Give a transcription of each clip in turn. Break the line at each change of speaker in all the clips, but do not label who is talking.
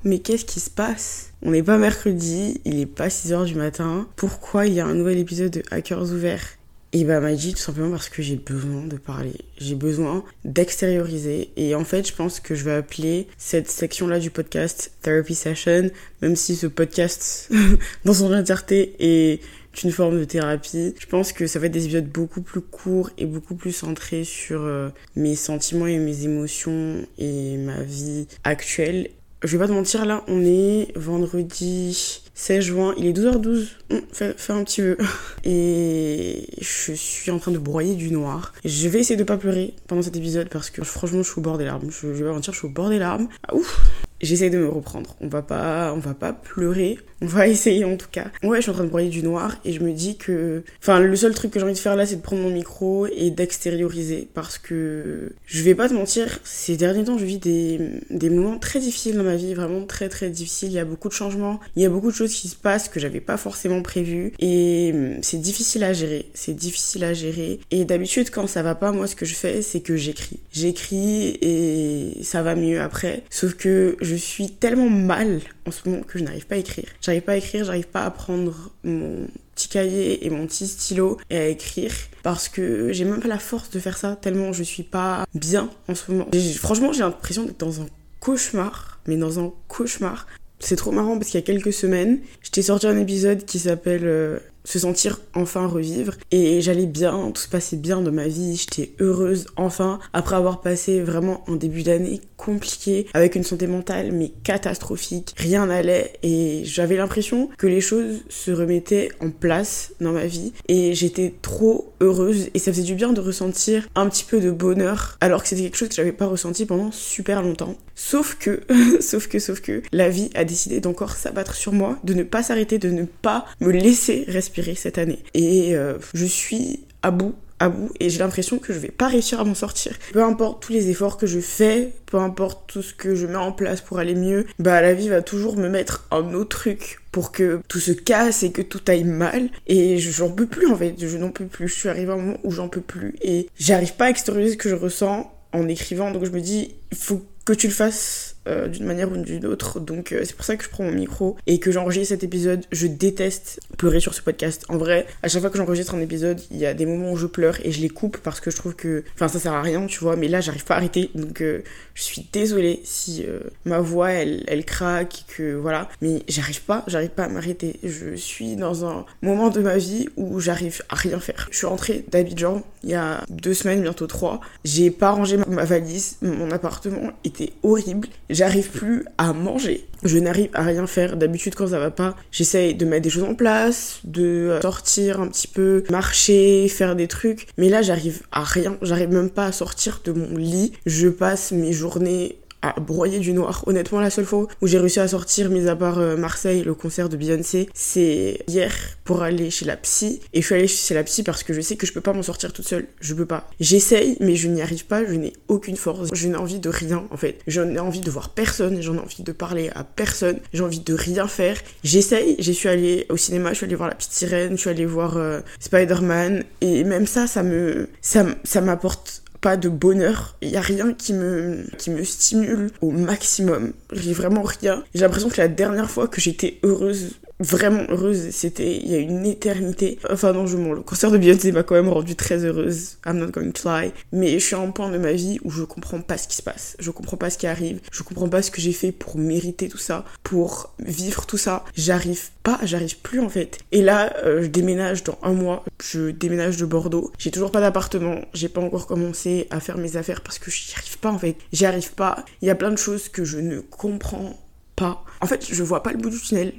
mais qu'est-ce qui se passe ? On n'est pas mercredi, il est pas 6h du matin. Pourquoi il y a un nouvel épisode de Hackers ouverts ? Et bah m'a dit tout simplement parce que j'ai besoin de parler, j'ai besoin d'extérioriser. Et en fait, je pense que je vais appeler cette section-là du podcast Therapy Session, même si ce podcast, dans son entièreté, est une forme de thérapie. Je pense que ça va être des épisodes beaucoup plus courts et beaucoup plus centrés sur mes sentiments et mes émotions et ma vie actuelle. Je vais pas te mentir, là, on est vendredi 16 juin, il est 12h12, fait un petit peu. Et je suis en train de broyer du noir. Je vais essayer de pas pleurer pendant cet épisode parce que franchement, je suis au bord des larmes. Je vais pas mentir, je suis au bord des larmes. Ah, ouf. J'essaie de me reprendre. On va pas pleurer. On va essayer en tout cas. Ouais, je suis en train de broyer du noir et je me dis que... Enfin, le seul truc que j'ai envie de faire là, c'est de prendre mon micro et d'extérioriser parce que... Je vais pas te mentir, ces derniers temps, je vis des moments très difficiles dans ma vie, vraiment très très difficiles. Il y a beaucoup de changements, il y a beaucoup de choses qui se passent que j'avais pas forcément prévues et c'est difficile à gérer. Et d'habitude, quand ça va pas, moi, ce que je fais, c'est que j'écris. J'écris et ça va mieux après. Sauf que je suis tellement mal en ce moment que je n'arrive pas à écrire. J'arrive pas à prendre mon petit cahier et mon petit stylo et à écrire parce que j'ai même pas la force de faire ça tellement je suis pas bien en ce moment. Franchement, j'ai l'impression d'être dans un cauchemar, mais dans un cauchemar. C'est trop marrant parce qu'il y a quelques semaines, je t'ai sorti un épisode qui s'appelle Se sentir enfin revivre et j'allais bien, tout se passait bien dans ma vie, j'étais heureuse enfin après avoir passé vraiment un début d'année compliqué avec une santé mentale mais catastrophique, rien n'allait et j'avais l'impression que les choses se remettaient en place dans ma vie et j'étais trop heureuse et ça faisait du bien de ressentir un petit peu de bonheur alors que c'était quelque chose que j'avais pas ressenti pendant super longtemps. Sauf que la vie a décidé d'encore s'abattre sur moi, de ne pas s'arrêter, de ne pas me laisser respirer cette année. Et je suis à bout et j'ai l'impression que je vais pas réussir à m'en sortir. Peu importe tous les efforts que je fais, peu importe tout ce que je mets en place pour aller mieux, bah la vie va toujours me mettre un autre truc pour que tout se casse et que tout aille mal. Et j'en peux plus en fait, je n'en peux plus. Je suis arrivée à un moment où j'en peux plus et j'arrive pas à extérioriser ce que je ressens en écrivant. Donc je me dis, il faut que tu le fasses d'une manière ou d'une autre, donc c'est pour ça que je prends mon micro et que j'enregistre cet épisode. Je déteste pleurer sur ce podcast. En vrai, à chaque fois que j'enregistre un épisode, il y a des moments où je pleure et je les coupe parce que je trouve que, enfin ça sert à rien, tu vois, mais là j'arrive pas à arrêter, donc je suis désolée si ma voix elle craque, que voilà, mais j'arrive pas à m'arrêter. Je suis dans un moment de ma vie où j'arrive à rien faire. Je suis rentrée d'Abidjan il y a 2 semaines, bientôt 3. J'ai pas rangé ma valise, mon appartement était horrible. J'arrive plus à manger. Je n'arrive à rien faire. D'habitude, quand ça va pas, j'essaye de mettre des choses en place, de sortir un petit peu, marcher, faire des trucs. Mais là, j'arrive à rien. J'arrive même pas à sortir de mon lit. Je passe mes journées à broyer du noir. Honnêtement, la seule fois où j'ai réussi à sortir, mis à part Marseille, le concert de Beyoncé, c'est hier pour aller chez la psy. Et je suis allée chez la psy parce que je sais que je peux pas m'en sortir toute seule. Je peux pas. J'essaye, mais je n'y arrive pas. Je n'ai aucune force. Je n'ai envie de rien, en fait. J'en ai envie de voir personne. J'en ai envie de parler à personne. J'ai envie de rien faire. J'essaye. Je suis allée au cinéma. Je suis allée voir La Petite Sirène. Je suis allée voir Spider-Man. Et même ça m'apporte pas de bonheur, il y a rien qui me stimule au maximum, j'ai vraiment rien. J'ai l'impression que la dernière fois que j'étais heureuse, vraiment heureuse, c'était il y a une éternité. Enfin non, le concert de Beyoncé m'a quand même rendue très heureuse, I'm not going to lie, mais je suis à un point de ma vie où je comprends pas ce qui se passe, je comprends pas ce qui arrive, je comprends pas ce que j'ai fait pour mériter tout ça, pour vivre tout ça, j'arrive plus en fait. Et là, je déménage dans 1 mois, je déménage de Bordeaux, j'ai toujours pas d'appartement, j'ai pas encore commencé à faire mes affaires parce que j'y arrive pas en fait, il y a plein de choses que je ne comprends pas. En fait, je vois pas le bout du tunnel.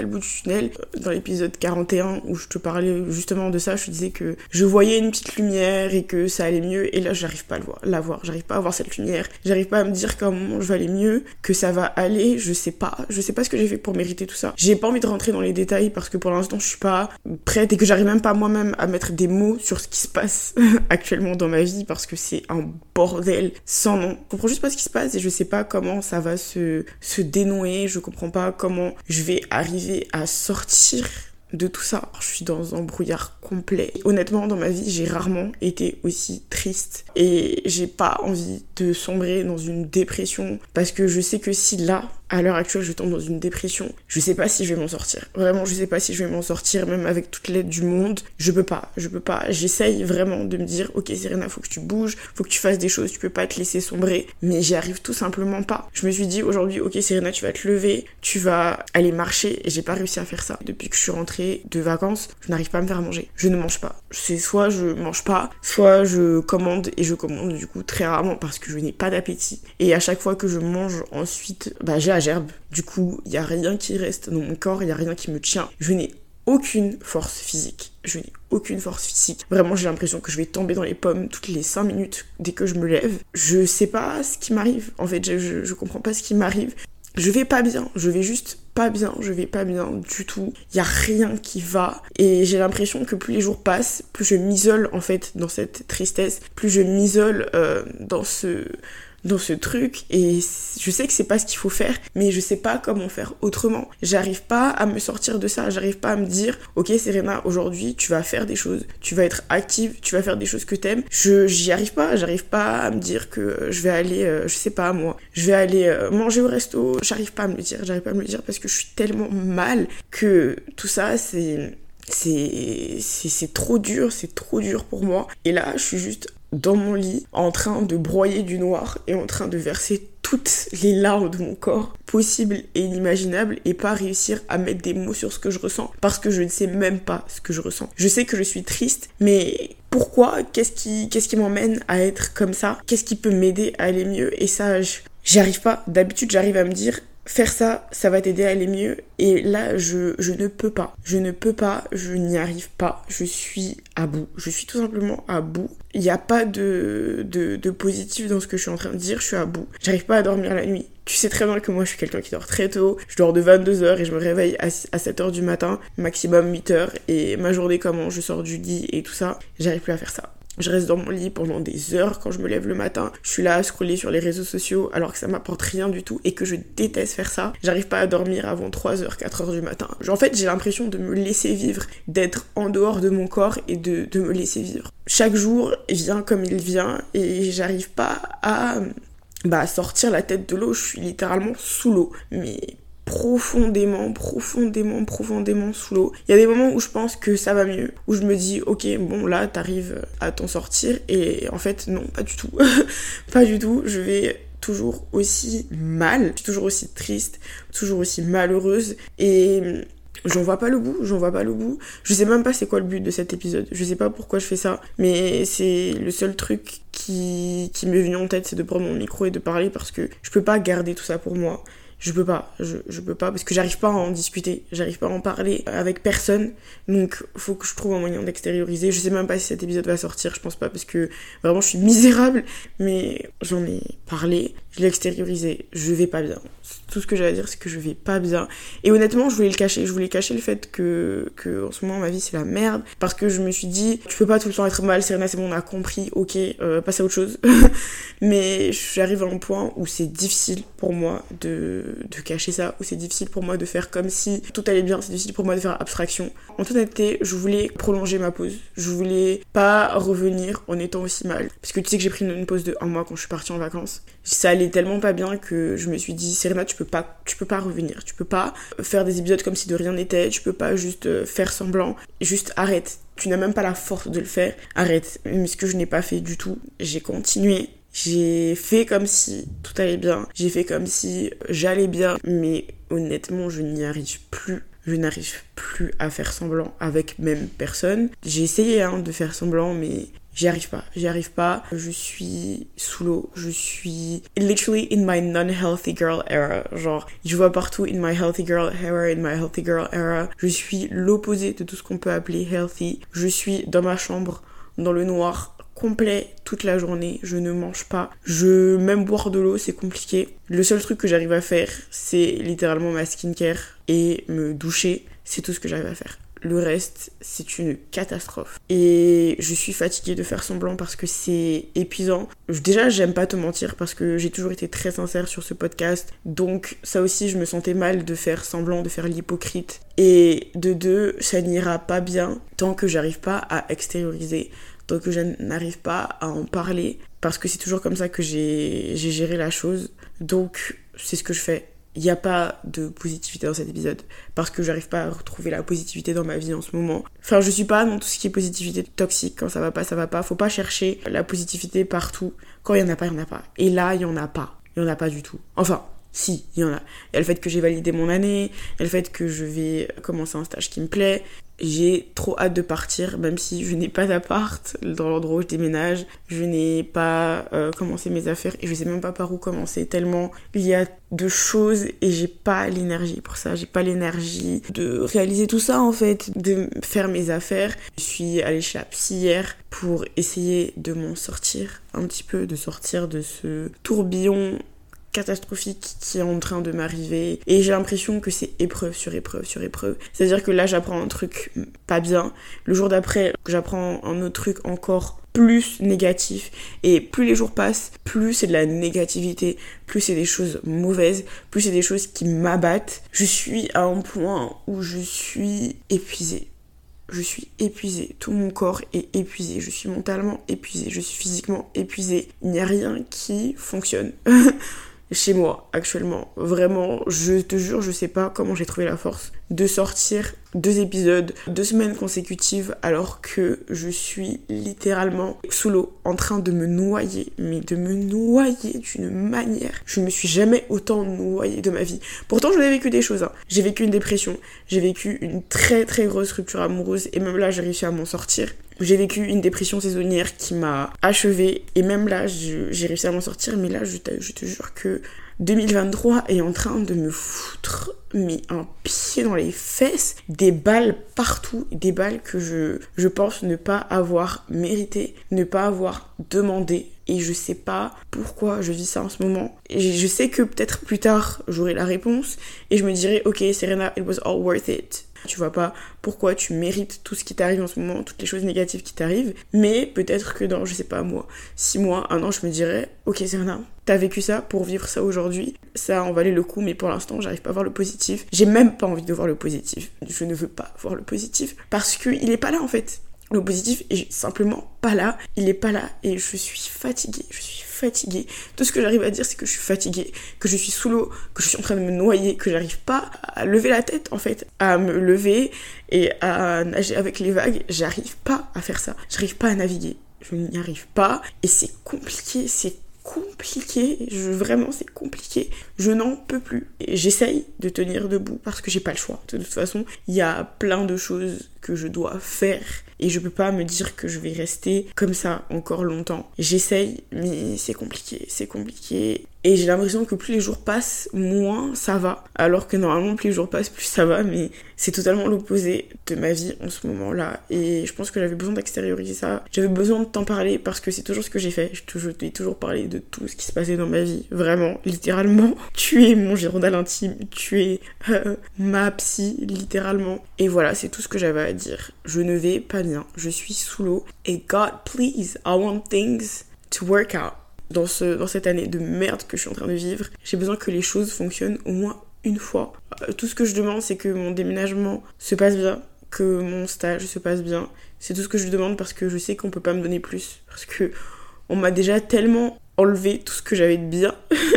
Dans l'épisode 41 où je te parlais justement de ça, je te disais que je voyais une petite lumière et que ça allait mieux. Et là, j'arrive pas à la voir. J'arrive pas à voir cette lumière. J'arrive pas à me dire comment je vais aller mieux, que ça va aller. Je sais pas ce que j'ai fait pour mériter tout ça. J'ai pas envie de rentrer dans les détails parce que pour l'instant, je suis pas prête et que j'arrive même pas moi-même à mettre des mots sur ce qui se passe actuellement dans ma vie parce que c'est un bordel sans nom. Je comprends juste pas ce qui se passe et je sais pas comment ça va se dénouer. Je comprends pas comment je vais arriver à sortir de tout ça. Je suis dans un brouillard complet. Honnêtement, dans ma vie, j'ai rarement été aussi triste et j'ai pas envie de sombrer dans une dépression parce que je sais que si là, à l'heure actuelle, je tombe dans une dépression. Je sais pas si je vais m'en sortir. Vraiment, je sais pas si je vais m'en sortir, même avec toute l'aide du monde. Je peux pas. J'essaye vraiment de me dire, ok Serena, faut que tu bouges, faut que tu fasses des choses, tu peux pas te laisser sombrer. Mais j'y arrive tout simplement pas. Je me suis dit aujourd'hui, ok Serena, tu vas te lever, tu vas aller marcher. Et j'ai pas réussi à faire ça. Depuis que je suis rentrée de vacances, je n'arrive pas à me faire manger. Je ne mange pas. C'est soit je mange pas, soit je commande, et je commande du coup très rarement parce que je n'ai pas d'appétit. Et à chaque fois que je mange ensuite, j'ai la gerbe. Du coup, il y a rien qui reste dans mon corps, il y a rien qui me tient. Je n'ai aucune force physique. Vraiment, j'ai l'impression que je vais tomber dans les pommes toutes les 5 minutes dès que je me lève. Je sais pas ce qui m'arrive. En fait, je comprends pas ce qui m'arrive. Je vais pas bien, je vais pas bien du tout. Il y a rien qui va. Et j'ai l'impression que plus les jours passent, plus je m'isole en fait dans cette tristesse, plus je m'isole dans ce truc, et je sais que c'est pas ce qu'il faut faire, mais je sais pas comment faire autrement. J'arrive pas à me sortir de ça, j'arrive pas à me dire ok Serena, aujourd'hui tu vas faire des choses, tu vas être active, tu vas faire des choses que t'aimes. J'arrive pas à me dire que je vais aller, je vais aller manger au resto. J'arrive pas à me le dire parce que je suis tellement mal que tout ça c'est trop dur pour moi. Et là je suis juste dans mon lit, en train de broyer du noir et en train de verser toutes les larmes de mon corps possibles et inimaginables, et pas réussir à mettre des mots sur ce que je ressens parce que je ne sais même pas ce que je ressens. Je sais que je suis triste, mais pourquoi? Qu'est-ce qui m'emmène à être comme ça? Qu'est-ce qui peut m'aider à aller mieux? Et ça, j'y arrive pas. D'habitude, j'arrive à me dire faire ça, ça va t'aider à aller mieux. Et là, je ne peux pas. Je n'y arrive pas. Je suis à bout. Je suis tout simplement à bout. Il n'y a pas de positif dans ce que je suis en train de dire. Je suis à bout. J'arrive pas à dormir la nuit. Tu sais très bien que moi, je suis quelqu'un qui dort très tôt. Je dors de 22h et je me réveille à 7h du matin, maximum 8h. Et ma journée, comment je sors du lit et tout ça, j'arrive plus à faire ça. Je reste dans mon lit pendant des heures quand je me lève le matin. Je suis là à scroller sur les réseaux sociaux alors que ça m'apporte rien du tout et que je déteste faire ça. J'arrive pas à dormir avant 3h, 4h du matin. En fait, j'ai l'impression de me laisser vivre, d'être en dehors de mon corps et de me laisser vivre. Chaque jour vient comme il vient et j'arrive pas à sortir la tête de l'eau. Je suis littéralement sous l'eau. Mais profondément sous l'eau. Il y a des moments où je pense que ça va mieux, où je me dis ok bon là t'arrives à t'en sortir, et en fait non, pas du tout. Pas du tout, je vais toujours aussi mal, je suis toujours aussi triste, toujours aussi malheureuse, et j'en vois pas le bout. Je sais même pas c'est quoi le but de cet épisode, je sais pas pourquoi je fais ça, mais c'est le seul truc qui m'est venu en tête, c'est de prendre mon micro et de parler, parce que je peux pas garder tout ça pour moi. Je peux pas parce que j'arrive pas à en discuter, j'arrive pas à en parler avec personne, donc faut que je trouve un moyen d'extérioriser. Je sais même pas si cet épisode va sortir, je pense pas, parce que vraiment je suis misérable, mais j'en ai parlé, je l'ai extériorisé, je vais pas bien. Tout ce que j'ai à dire, c'est que je vais pas bien. Et honnêtement, je voulais cacher le fait que en ce moment ma vie c'est la merde, parce que je me suis dit tu peux pas tout le temps être mal, Serena, c'est bon, on a compris, ok, passe à autre chose. Mais j'arrive à un point où c'est difficile pour moi de cacher ça, où c'est difficile pour moi de faire comme si tout allait bien, c'est difficile pour moi de faire abstraction. En toute honnêteté, je voulais prolonger ma pause, je voulais pas revenir en étant aussi mal, parce que tu sais que j'ai pris une pause de 1 mois quand je suis partie en vacances. Ça allait tellement pas bien que je me suis dit Serena, tu peux pas revenir, tu peux pas faire des épisodes comme si de rien n'était, tu peux pas juste faire semblant, juste arrête, tu n'as même pas la force de le faire, arrête. Mais ce que je n'ai pas fait du tout, j'ai continué. J'ai fait comme si tout allait bien, j'ai fait comme si j'allais bien, mais honnêtement, je n'y arrive plus. Je n'arrive plus à faire semblant avec même personne. J'ai essayé de faire semblant, mais j'y arrive pas. Je suis sous l'eau, je suis literally in my non-healthy girl era. Genre, je vois partout in my healthy girl era. Je suis l'opposé de tout ce qu'on peut appeler healthy. Je suis dans ma chambre, dans le noir complet toute la journée, je ne mange pas, même boire de l'eau c'est compliqué. Le seul truc que j'arrive à faire, c'est littéralement ma skincare et me doucher, c'est tout ce que j'arrive à faire. Le reste, c'est une catastrophe. Et je suis fatiguée de faire semblant parce que c'est épuisant. Déjà, j'aime pas te mentir parce que j'ai toujours été très sincère sur ce podcast. Donc ça aussi, je me sentais mal de faire semblant, de faire l'hypocrite. Et de deux, ça n'ira pas bien tant que j'arrive pas à extérioriser, tant que je n'arrive pas à en parler. Parce que c'est toujours comme ça que j'ai géré la chose. Donc c'est ce que je fais. il n'y a pas de positivité dans cet épisode parce que j'arrive pas à retrouver la positivité dans ma vie en ce moment. Enfin, je suis pas dans tout ce qui est positivité toxique. Quand ça va pas, ça va pas. Faut pas chercher la positivité partout. Quand il y en a pas, il y en a pas. Et là, il y en a pas. Il y en a pas du tout. Enfin, si, il y en a. Il y a le fait que j'ai validé mon année, il y a le fait que je vais commencer un stage qui me plaît. J'ai trop hâte de partir, même si je n'ai pas d'appart dans l'endroit où je déménage. Je n'ai pas commencé mes affaires et je sais même pas par où commencer tellement il y a de choses et j'ai pas l'énergie pour ça. J'ai pas l'énergie de réaliser tout ça en fait, de faire mes affaires. Je suis allée chez la psy hier pour essayer de m'en sortir un petit peu, de sortir de ce tourbillon catastrophique qui est en train de m'arriver et j'ai l'impression que c'est épreuve sur épreuve sur épreuve. C'est-à-dire que là j'apprends un truc pas bien, le jour d'après j'apprends un autre truc encore plus négatif et plus les jours passent, plus c'est de la négativité, plus c'est des choses mauvaises, plus c'est des choses qui m'abattent. Je suis à un point où je suis épuisée. Je suis épuisée, tout mon corps est épuisé, je suis mentalement épuisée, je suis physiquement épuisée. Il n'y a rien qui fonctionne. Chez moi actuellement, vraiment, je te jure, je sais pas comment j'ai trouvé la force de sortir 2 épisodes, 2 semaines consécutives alors que je suis littéralement sous l'eau, en train de me noyer, mais de me noyer d'une manière. Je me suis jamais autant noyée de ma vie. Pourtant, j'en ai vécu des choses, hein. J'ai vécu une dépression, j'ai vécu une très très grosse rupture amoureuse et même là, j'ai réussi à m'en sortir. J'ai vécu une dépression saisonnière qui m'a achevée et même là, j'ai réussi à m'en sortir. Mais là, je te jure que 2023 est en train de me foutre mais un pied dans les fesses, des balles partout, des balles que je pense ne pas avoir mérité, ne pas avoir demandé. Et je sais pas pourquoi je vis ça en ce moment. Et je sais que peut-être plus tard, j'aurai la réponse et je me dirai, ok, Serena, it was all worth it. Tu vois pas pourquoi tu mérites tout ce qui t'arrive en ce moment, toutes les choses négatives qui t'arrivent. Mais peut-être que dans, je sais pas moi, 6 mois, 1 an, je me dirais, ok Serena, t'as vécu ça pour vivre ça aujourd'hui. Ça en valait le coup, mais pour l'instant, j'arrive pas à voir le positif. J'ai même pas envie de voir le positif. Je ne veux pas voir le positif parce qu'il est pas là en fait. Le positif est simplement pas là. Il est pas là et je suis fatiguée. Tout ce que j'arrive à dire, c'est que je suis fatiguée, que je suis sous l'eau, que je suis en train de me noyer, que j'arrive pas à lever la tête, en fait, à me lever et à nager avec les vagues. J'arrive pas à faire ça. J'arrive pas à naviguer. Je n'y arrive pas. Et c'est compliqué. Vraiment, c'est compliqué. Je n'en peux plus. Et j'essaye de tenir debout parce que j'ai pas le choix. De toute façon, il y a plein de choses que je dois faire et je peux pas me dire que je vais rester comme ça encore longtemps. J'essaye, mais c'est compliqué. Et j'ai l'impression que plus les jours passent, moins ça va. Alors que normalement, plus les jours passent, plus ça va. Mais c'est totalement l'opposé de ma vie en ce moment-là. Et je pense que j'avais besoin d'extérioriser ça. J'avais besoin de t'en parler parce que c'est toujours ce que j'ai fait. Je t'ai toujours parlé de tout ce qui se passait dans ma vie. Vraiment, littéralement. Tu es mon Girondale intime. Tu es ma psy, littéralement. Et voilà, c'est tout ce que j'avais à dire. Je ne vais pas bien. Je suis sous l'eau. Et God, please, I want things to work out. Dans cette année de merde que je suis en train de vivre, j'ai besoin que les choses fonctionnent au moins une fois. Tout ce que je demande, c'est que mon déménagement se passe bien, que mon stage se passe bien. C'est tout ce que je demande parce que je sais qu'on peut pas me donner plus. Parce que on m'a déjà tellement enlevé tout ce que j'avais de bien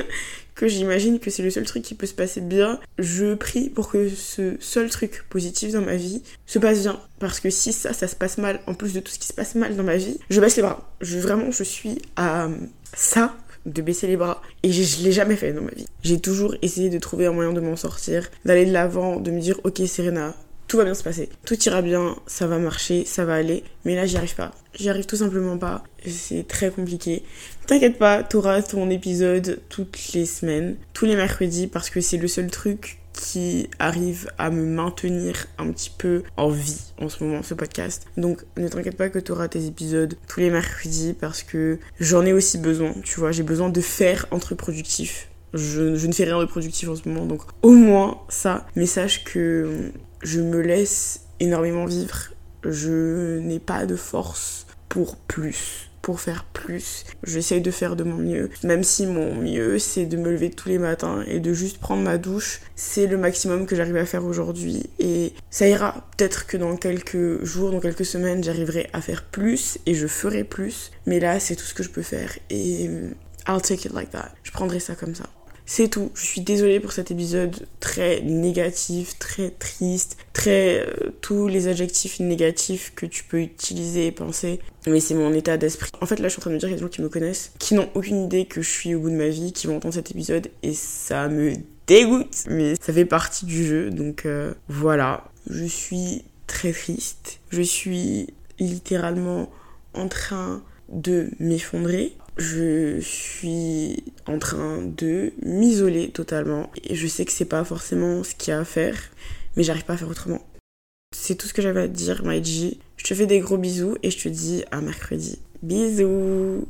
que j'imagine que c'est le seul truc qui peut se passer bien. Je prie pour que ce seul truc positif dans ma vie se passe bien. Parce que si ça se passe mal, en plus de tout ce qui se passe mal dans ma vie, je baisse les bras. Je suis à ça, de baisser les bras. Et je l'ai jamais fait dans ma vie. J'ai toujours essayé de trouver un moyen de m'en sortir, d'aller de l'avant, de me dire, ok Serena, tout va bien se passer, tout ira bien, ça va marcher, ça va aller. Mais là, j'y arrive pas. J'y arrive tout simplement pas. C'est très compliqué. T'inquiète pas, t'auras ton épisode toutes les semaines, tous les mercredis, parce que c'est le seul truc qui arrive à me maintenir un petit peu en vie en ce moment, ce podcast. Donc ne t'inquiète pas que tu auras tes épisodes tous les mercredis parce que j'en ai aussi besoin, tu vois, j'ai besoin de faire un truc productif. Je ne fais rien de productif en ce moment, donc au moins ça. Mais sache que je me laisse énormément vivre. Je n'ai pas de force pour faire plus. J'essaye de faire de mon mieux. Même si mon mieux, c'est de me lever tous les matins et de juste prendre ma douche. C'est le maximum que j'arrive à faire aujourd'hui. Et ça ira. Peut-être que dans quelques jours, dans quelques semaines, j'arriverai à faire plus et je ferai plus. Mais là, c'est tout ce que je peux faire. Et I'll take it like that. Je prendrai ça comme ça. C'est tout. Je suis désolée pour cet épisode très négatif, très triste, très tous les adjectifs négatifs que tu peux utiliser et penser. Mais c'est mon état d'esprit. En fait, là, je suis en train de me dire qu'il y a des gens qui me connaissent, qui n'ont aucune idée que je suis au bout de ma vie, qui vont entendre cet épisode et ça me dégoûte. Mais ça fait partie du jeu, donc voilà. Je suis très triste. Je suis littéralement en train de m'effondrer. Je suis en train de m'isoler totalement. Et je sais que c'est pas forcément ce qu'il y a à faire, mais j'arrive pas à faire autrement. C'est tout ce que j'avais à te dire, Maïji. Je te fais des gros bisous et je te dis à mercredi. Bisous!